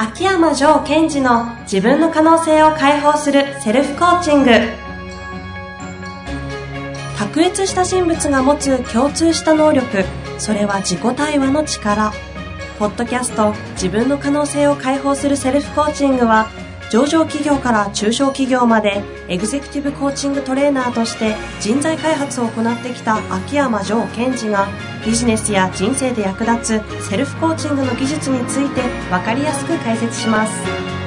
秋山城賢治の自分の可能性を解放するセルフコーチング。卓越した人物が持つ共通した能力、それは自己対話の力。ポッドキャスト自分の可能性を解放するセルフコーチングは、上場企業から中小企業までエグゼクティブコーチングトレーナーとして人材開発を行ってきた秋山城賢治が、ビジネスや人生で役立つセルフコーチングの技術について分かりやすく解説します。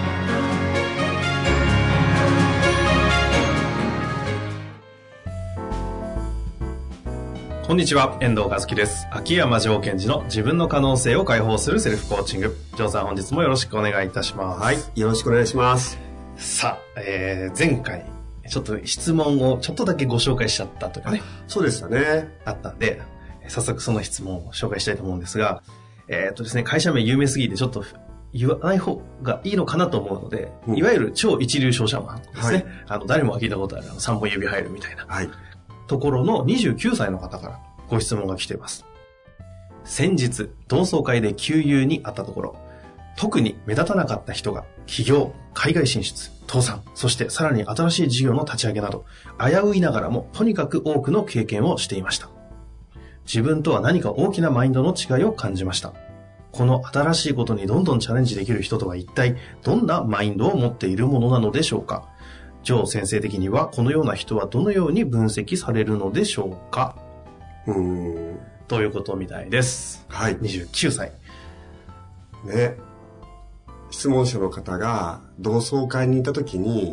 こんにちは、遠藤和樹です。秋山城賢治の自分の可能性を解放するセルフコーチング。城さん、本日もよろしくお願いいたします。 はい、よろしくお願いします。 さあ、前回ちょっと質問をちょっとだけご紹介しちゃったとかね。 そうでしたね。 あったんで、早速その質問を紹介したいと思うんですが、ですね、会社名有名すぎてちょっと言わない方がいいのかなと思うので、いわゆる超一流商社マンですね。はい、誰もが聞いたことある3本指入るみたいな。はい。ところの29歳の方からご質問が来ています。先日、同窓会で旧友に会ったところ、特に目立たなかった人が起業、海外進出、倒産、そしてさらに新しい事業の立ち上げなど、危ういながらもとにかく多くの経験をしていました。自分とは何か大きなマインドの違いを感じました。この新しいことにどんどんチャレンジできる人とは一体どんなマインドを持っているものなのでしょうか。城先生的にはこのような人はどのように分析されるのでしょうか。ということみたいです。 はい。 29歳。 ね。質問者の方が同窓会にいたときに、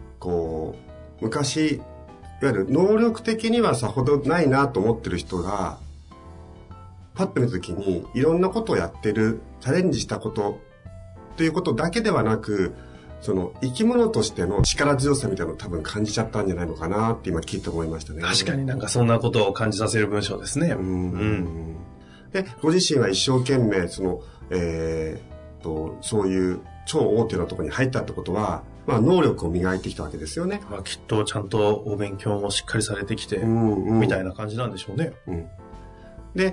昔、いわゆる能力的にはさほどないなと思ってる人が、パッと見たときにいろんなことをやってる、チャレンジしたことということだけではなく、その生き物としての力強さみたいなのを多分感じちゃったんじゃないのかなって今聞いて思いましたね。 確かになんかそんなことを感じさせる文章ですね。 で、ご自身は一生懸命そういう超大手のところに入ったってことは、能力を磨いてきたわけですよね。 きっとちゃんとお勉強もしっかりされてきて、みたいな感じなんでしょうね。 で、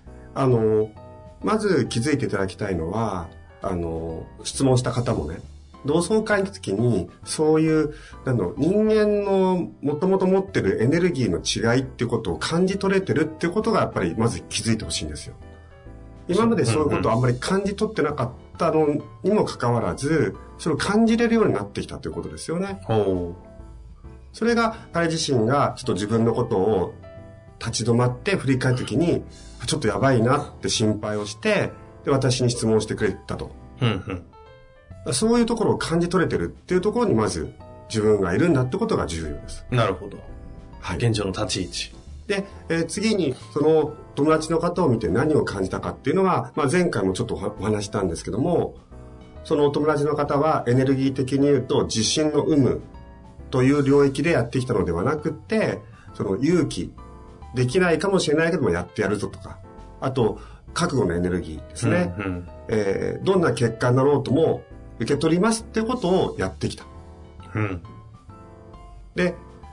まず気づいていただきたいのは、質問した方もね、同窓会の時に、そういう、人間のもともと持ってるエネルギーの違いっていうことを感じ取れてるっていうことがやっぱりまず気づいてほしいんですよ。今までそういうことをあんまり感じ取ってなかったのにもかかわらず、それを感じれるようになってきたということですよね。それが彼自身がちょっと自分のことを立ち止まって振り返るときに、ちょっとやばいなって心配をして、で、私に質問してくれたと。そういうところを感じ取れてるっていうところにまず自分がいるんだってことが重要です。 なるほど。はい。現状の立ち位置。 で、次にその友達の方を見て何を感じたかっていうのは、前回もちょっとお話したんですけども、そのお友達の方はエネルギー的に言うと自信の有無という領域でやってきたのではなくって、その勇気、できないかもしれないけどもやってやるぞとか、あと覚悟のエネルギーですね。どんな結果になろうとも受け取りますってことをやってきた。で、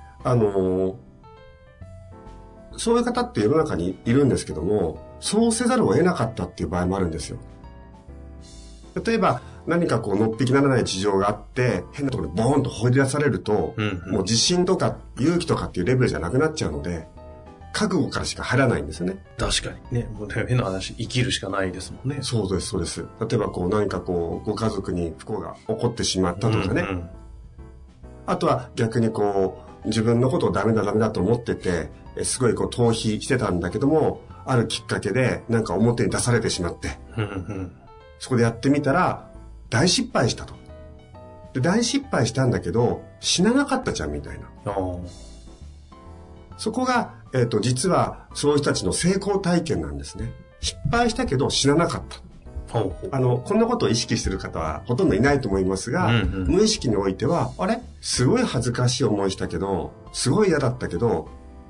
そういう方って世の中にいるんですけども、そうせざるを得なかったっていう場合もあるんですよ。例えば何かのっぴきならない事情があって変なところにボーンと放り出されると、もう自信とか勇気とかっていうレベルじゃなくなっちゃうので、覚悟からしか入らないんですよね。 確かにね。もう変な話、生きるしかないですもんね。 そうです、そうです。例えば何かご家族に不幸が起こってしまったとかね。あとは逆に自分のことをダメだと思ってて、すごい逃避してたんだけども、あるきっかけでなんか表に出されてしまって、そこでやってみたら大失敗したと。で、大失敗したんだけど死ななかったじゃんみたいな。そこが実はそういう人たちの成功体験なんですね。失敗したけど死ななかった。こんなことを意識している方はほとんどいないと思いますが、無意識においては、あれ？すごい恥ずかしい思いしたけど、すごい嫌だったけど、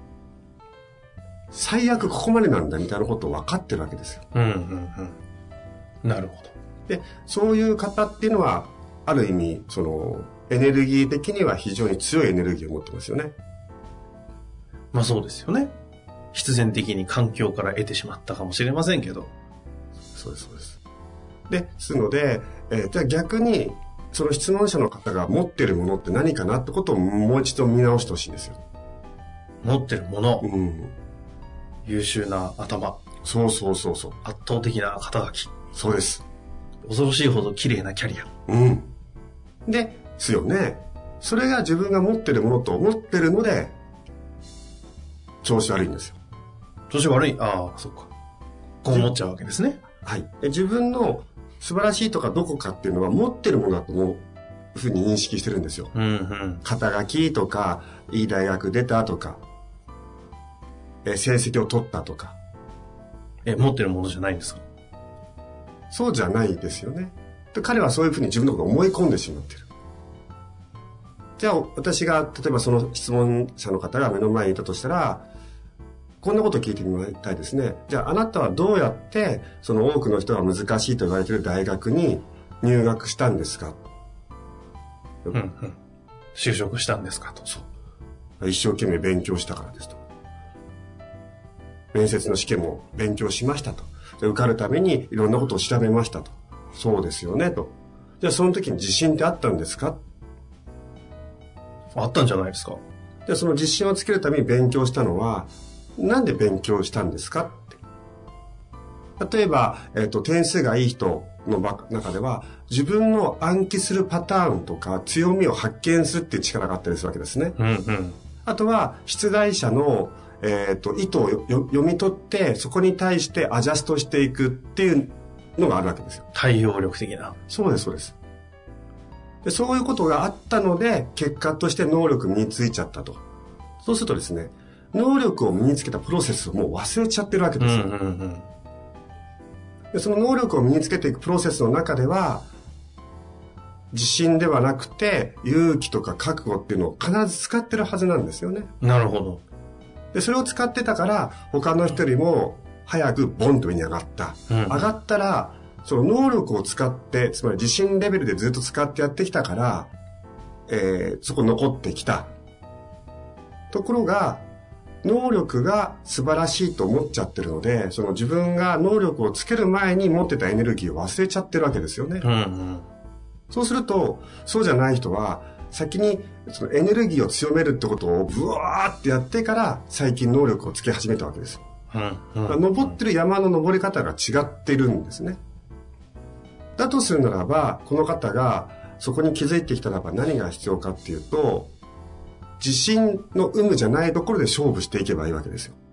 最悪ここまでなんだみたいなことを分かってるわけですよ。 なるほど。 で、そういう方っていうのは、ある意味、エネルギー的には非常に強いエネルギーを持ってますよね。 そうですよね。必然的に環境から得てしまったかもしれませんけど。 そうです、そうです。 ですので、じゃあ逆にその質問者の方が持ってるものって何かなってことをもう一度見直してほしいんですよ。 持ってるもの、 うん、 優秀な頭、 そう圧倒的な肩書き、 そうです。 恐ろしいほど綺麗なキャリア、 うん。ですよね。それが自分が持ってるものと思ってるので調子悪いんですよ。 調子悪い、ああ、そっか。こう思っちゃうわけですね。 はい。自分の素晴らしいとかどこかっていうのは持ってるものだと思うふうに認識してるんですよ。 うんうん、 肩書きとか、いい大学出たとか、成績を取ったとか。 持ってるものじゃないんですか？ そうじゃないですよね。で、彼はそういうふうに自分のことを思い込んでしまってる。じゃあ私が例えばその質問者の方が目の前にいたとしたら、こんなこと聞いてみたいですね。じゃああなたはどうやってその多くの人が難しいと言われている大学に入学したんですか？ うんうん、就職したんですかと。 そう。一生懸命勉強したからですと。面接の試験も勉強しましたと。受かるためにいろんなことを調べましたと。そうですよねと。じゃあその時に自信ってあったんですか？ あったんじゃないですか。 で、その自信をつけるために勉強したのは、なんで勉強したんですかって。例えば、点数がいい人の中では、自分の暗記するパターンとか強みを発見するっていう力があったりするわけですね。 うんうん、 あとは、出題者の、意図を読み取って、そこに対してアジャストしていくっていうのがあるわけですよ。 対応力的な。 そうです、そうです。で、そういうことがあったので、結果として能力身についちゃったと。そうするとですね、能力を身につけたプロセスをもう忘れちゃってるわけですよ。 うんうんうん、 で、その能力を身につけていくプロセスの中では、自信ではなくて、勇気とか覚悟っていうのを必ず使ってるはずなんですよね。 なるほど。 で、それを使ってたから、他の人よりも早くボンと上に上がった。 うん、 上がったら、その能力を使って、つまり自信レベルでずっと使ってやってきたから、そこ残ってきた。ところが、能力が素晴らしいと思っちゃってるので、その自分が能力をつける前に持ってたエネルギーを忘れちゃってるわけですよね。 うんうん、 そうすると、そうじゃない人は、先にそのエネルギーを強めるってことをブワーってやってから、最近能力をつけ始めたわけです。登ってる山の登り方が違っているんですね。だとするならば、この方がそこに気づいてきたならば何が必要かっていうと、自信の有無じゃないところで勝負していけばいいわけですよ。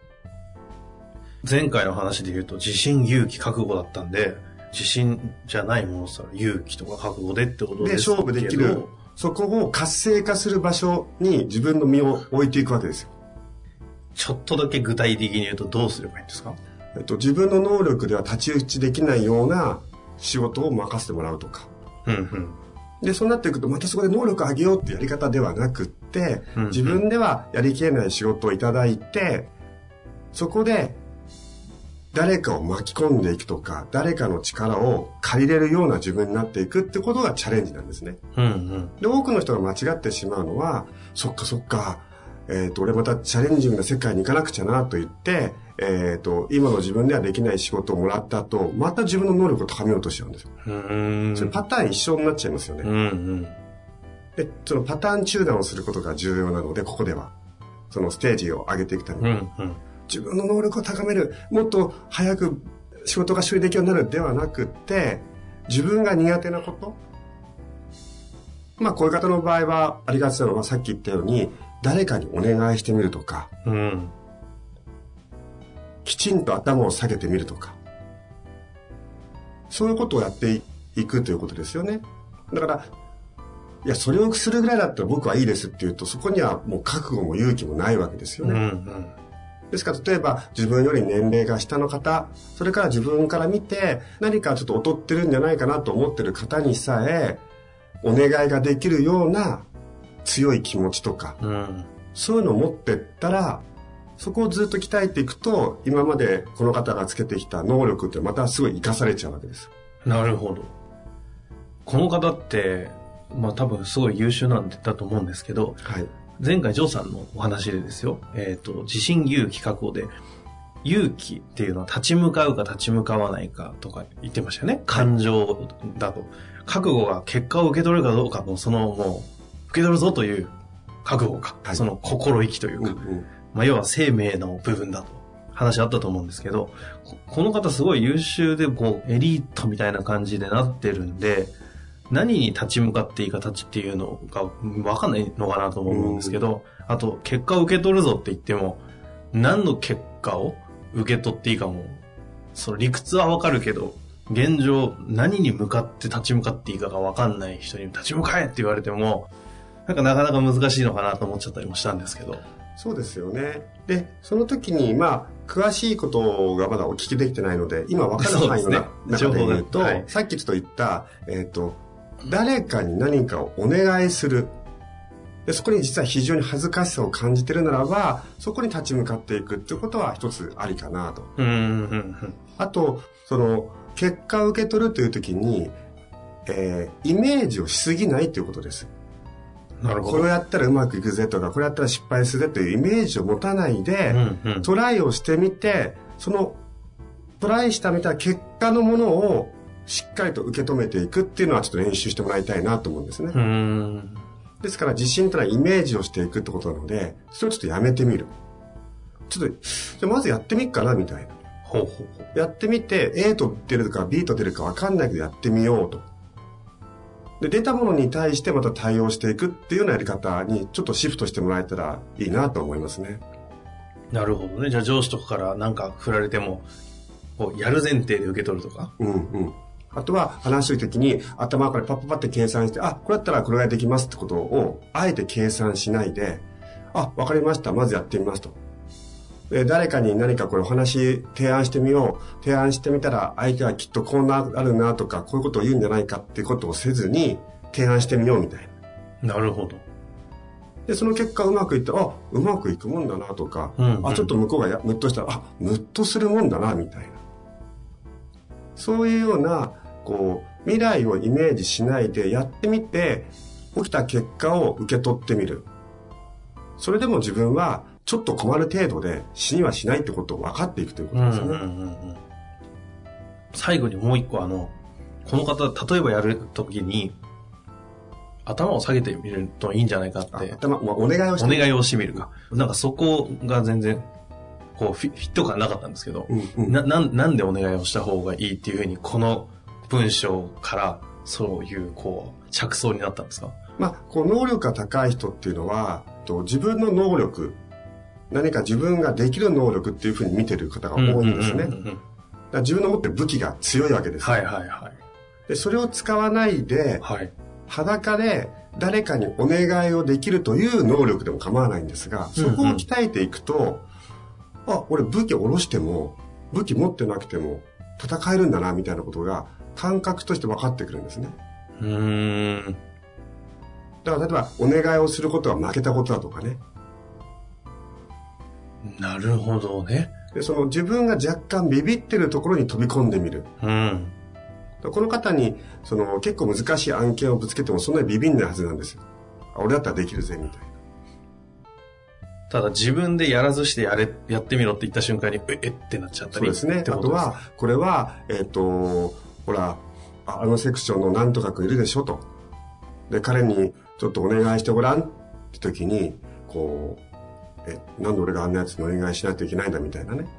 前回の話で言うと、自信、勇気、覚悟だったんで、自信じゃないものさ、勇気とか覚悟でってことですけど。 で、勝負できる、そこを活性化する場所に自分の身を置いていくわけですよ。 ちょっとだけ具体的に言うとどうすればいいんですか？ 自分の能力では太刀打ちできないような仕事を任せてもらうとか。 うんうん、 で、そうなっていくと、またそこで能力を上げようってやり方ではなくって、自分ではやりきれない仕事をいただいて、そこで誰かを巻き込んでいくとか、誰かの力を借りれるような自分になっていくってことがチャレンジなんですね。 うんうん、 で、多くの人が間違ってしまうのは、そっか、俺またチャレンジングな世界に行かなくちゃなと言って、今の自分ではできない仕事をもらった後、また自分の能力を高めようとしちゃうんですよ。それパターン一緒になっちゃいますよね。 うんうん、 で、そのパターン中断をすることが重要なので、ここでは。そのステージを上げていくために。 うんうん、 自分の能力を高める、もっと早く仕事が処理できるようになるではなくって、自分が苦手なこと。まあ、こういう方の場合は、ありがちなのはさっき言ったように、誰かにお願いしてみるとか、 うん、 きちんと頭を下げてみるとか、そういうことをやっていくということですよね。だから、いや、それをするぐらいだったら僕はいいですって言うと、そこにはもう覚悟も勇気もないわけですよね。 うんうん、 ですから、例えば自分より年齢が下の方、それから自分から見て何かちょっと劣ってるんじゃないかなと思ってる方にさえ、お願いができるような強い気持ちとか、 うん、 そういうのを持ってったら、そこをずっと鍛えていくと、今までこの方がつけてきた能力ってまたすごい活かされちゃうわけです。 なるほど。この方って、まあ多分すごい優秀なんだと思うんですけど、 はい、 前回ジョーさんのお話でですよ、自信、勇気、覚悟で、 勇気っていうのは立ち向かうか立ち向かわないかとか言ってましたよね。感情だと。覚悟が結果を受け取るかどうかの、そのもう、受け取るぞという覚悟か。はい、その心意気というか。要は生命の部分だと話あったと思うんですけど、この方すごい優秀で、エリートみたいな感じでなってるんで、何に立ち向かっていいかっていうのが分かんないのかなと思うんですけど、あと、結果を受け取るぞって言っても、何の結果を受け取っていいかも、その理屈は分かるけど、現状何に向かって立ち向かっていいかが分かんない人に立ち向かえって言われても、なかなか難しいのかなと思っちゃったりもしたんですけど。 そうですよね。で、その時に、詳しいことがまだお聞きできてないので、今分かる範囲の中で言うと、はい、さっきちょっと言った、誰かに何かをお願いする。で、そこに実は非常に恥ずかしさを感じてるならば、そこに立ち向かっていくっていうことは一つありかなと。あと、結果を受け取るという時に、イメージをしすぎないということです。なるほど。これをやったらうまくいくぜとか、これやったら失敗するぜというイメージを持たないで、トライをしてみて、そのトライしたみた結果のものをしっかりと受け止めていくっていうのはちょっと練習してもらいたいなと思うんですね。ですから自信というのはイメージをしていくってことなので、それをちょっとやめてみる。ちょっと、じゃあまずやってみっかなみたいな。やってみて A と出るか B と出るか分かんないけどやってみようと。で、出たものに対してまた対応していくっていうようなやり方にちょっとシフトしてもらえたらいいなと思いますね。 なるほどね。じゃあ上司とかからなんか振られても、やる前提で受け取るとか。 あとは話するときに頭からパッパッパって計算して、これだったらこれができますってことをあえて計算しないで、わかりました。まずやってみますと。誰かに何かこれお話提案してみよう。提案してみたら相手はきっとこうなるなとか、こういうことを言うんじゃないかっていうことをせずに提案してみようみたいな。なるほど。 で、その結果うまくいって、うまくいくもんだなとか、ちょっと向こうがムッとしたら、ムッとするもんだなみたいな。そういうような、未来をイメージしないでやってみて、起きた結果を受け取ってみる。それでも自分はちょっと困る程度で死にはしないってことを分かっていくということですよね。 最後にもう一個この方、例えばやるときに、頭を下げてみるといいんじゃないかって。 お願いをしてみるか。なんかそこが全然、フィット感なかったんですけど、なんでお願いをした方がいいっていうふうに、この文章からそういう着想になったんですか？ 能力が高い人っていうのは、自分の能力、何か自分ができる能力っていうふうに見てる方が多いんですね。自分の持ってる武器が強いわけです。で、それを使わないで、裸で誰かにお願いをできるという能力でも構わないんですが、そこを鍛えていくと、俺武器下ろしても、武器持ってなくても戦えるんだな、みたいなことが感覚として分かってくるんですね。だから例えばお願いをすることは負けたことだとかね。 なるほどね。 で、自分が若干ビビってるところに飛び込んでみる。この方に結構難しい案件をぶつけてもそんなにビビんないはずなんですよ。俺だったらできるぜみたいな。 ただ自分でやらずしてやってみろって言った瞬間にってなっちゃったり。 そうですね。あとはこれはほらセクションのなんとかくんいるでしょと。で、彼にちょっとお願いしてごらんって時になんで俺があんなやつにお願いしないといけないんだみたいなね。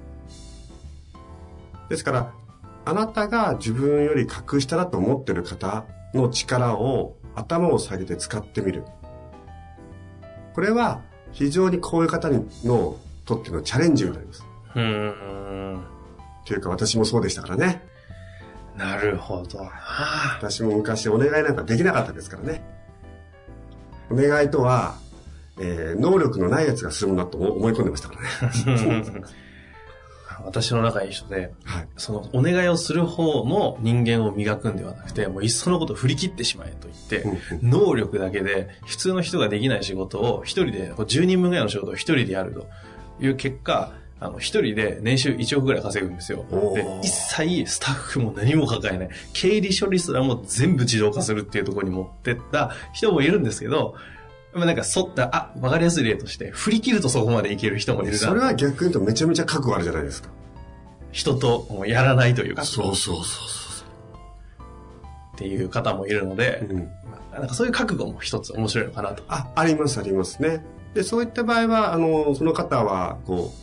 ですからあなたが自分より格下だと思ってる方の力を頭を下げて使ってみる。これは非常にこういう方のとってのチャレンジになります。というか私もそうでしたからね。 なるほど。 私も昔お願いなんかできなかったですからね。お願いとは、能力のないやつがするものだと思い込んでましたからね。 私の仲いい人で、そのお願いをする方の人間を磨くんではなくて、もういっそのこと振り切ってしまえと言って、能力だけで普通の人ができない仕事を一人で、10人分ぐらいの仕事を一人でやるという結果、一人で年収1億ぐらい稼ぐんですよ。で、一切スタッフも何も抱えない。経理処理すらも全部自動化するっていうところに持ってった人もいるんですけど、 なんかわかりやすい例として、振り切るとそこまでいける人もいるな。 それは逆に言うとめちゃめちゃ覚悟あるじゃないですか。 人ともうやらないというか。 そう。 っていう方もいるので、なんかそういう覚悟も一つ面白いのかなと。 ありますね。で、そういった場合は、その方は、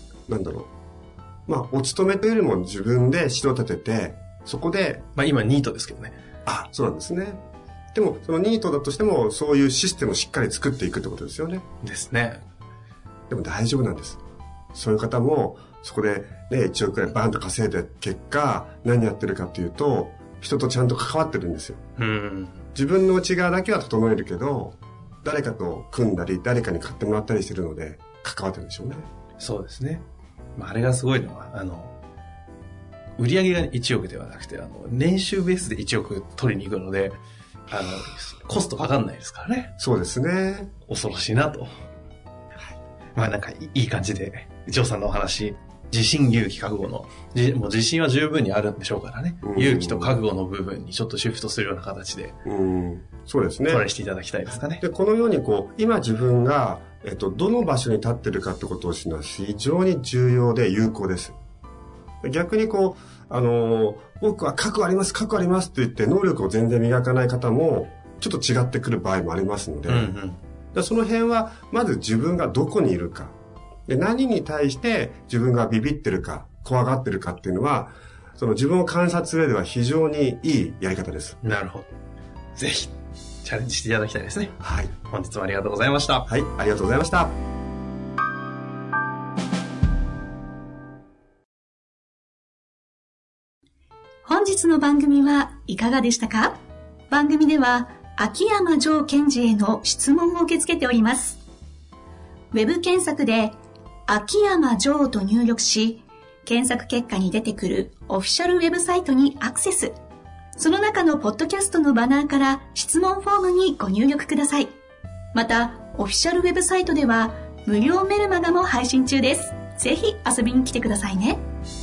お勤めというよりも自分で指導を立てて、そこで。 今ニートですけどね。 そうなんですね。でも、そのニートだとしても、そういうシステムをしっかり作っていくってことですよね。 ですね。 でも大丈夫なんです。そういう方も、そこでね、1億くらいバーンと稼いで結果、何やってるかっていうと、人とちゃんと関わってるんですよ。自分の内側だけは整えるけど、誰かと組んだり、誰かに買ってもらったりしてるので、関わってるんでしょうね。 そうですね。あれがすごいのは、売上が1億ではなくて、年収ベースで1億取りに行くので、コストかかんないですからね。 そうですね。 恐ろしいなと。なんかいい感じで、ジョーさんのお話、自信、勇気、覚悟の、もう自信は十分にあるんでしょうからね。勇気と覚悟の部分にちょっとシフトするような形で、 そうですね。 トライしていただきたいですかね。 で、このように今自分が、どの場所に立ってるかってことを知るのは非常に重要で有効です。逆に僕は覚悟ありますって言って能力を全然磨かない方もちょっと違ってくる場合もありますので、その辺はまず自分がどこにいるかで、何に対して自分がビビってるか怖がってるかっていうのは、その自分を観察する上では非常にいいやり方です。 なるほど。ぜひチャレンジしていただきたいですね。 はい。 本日もありがとうございました。 はい、ありがとうございました。 本日の番組はいかがでしたか？番組では秋山城賢治への質問を受け付けております。ウェブ検索で秋山城と入力し、検索結果に出てくるオフィシャルウェブサイトにアクセス。その中のポッドキャストのバナーから質問フォームにご入力ください。また、オフィシャルウェブサイトでは無料メルマガも配信中です。ぜひ遊びに来てくださいね。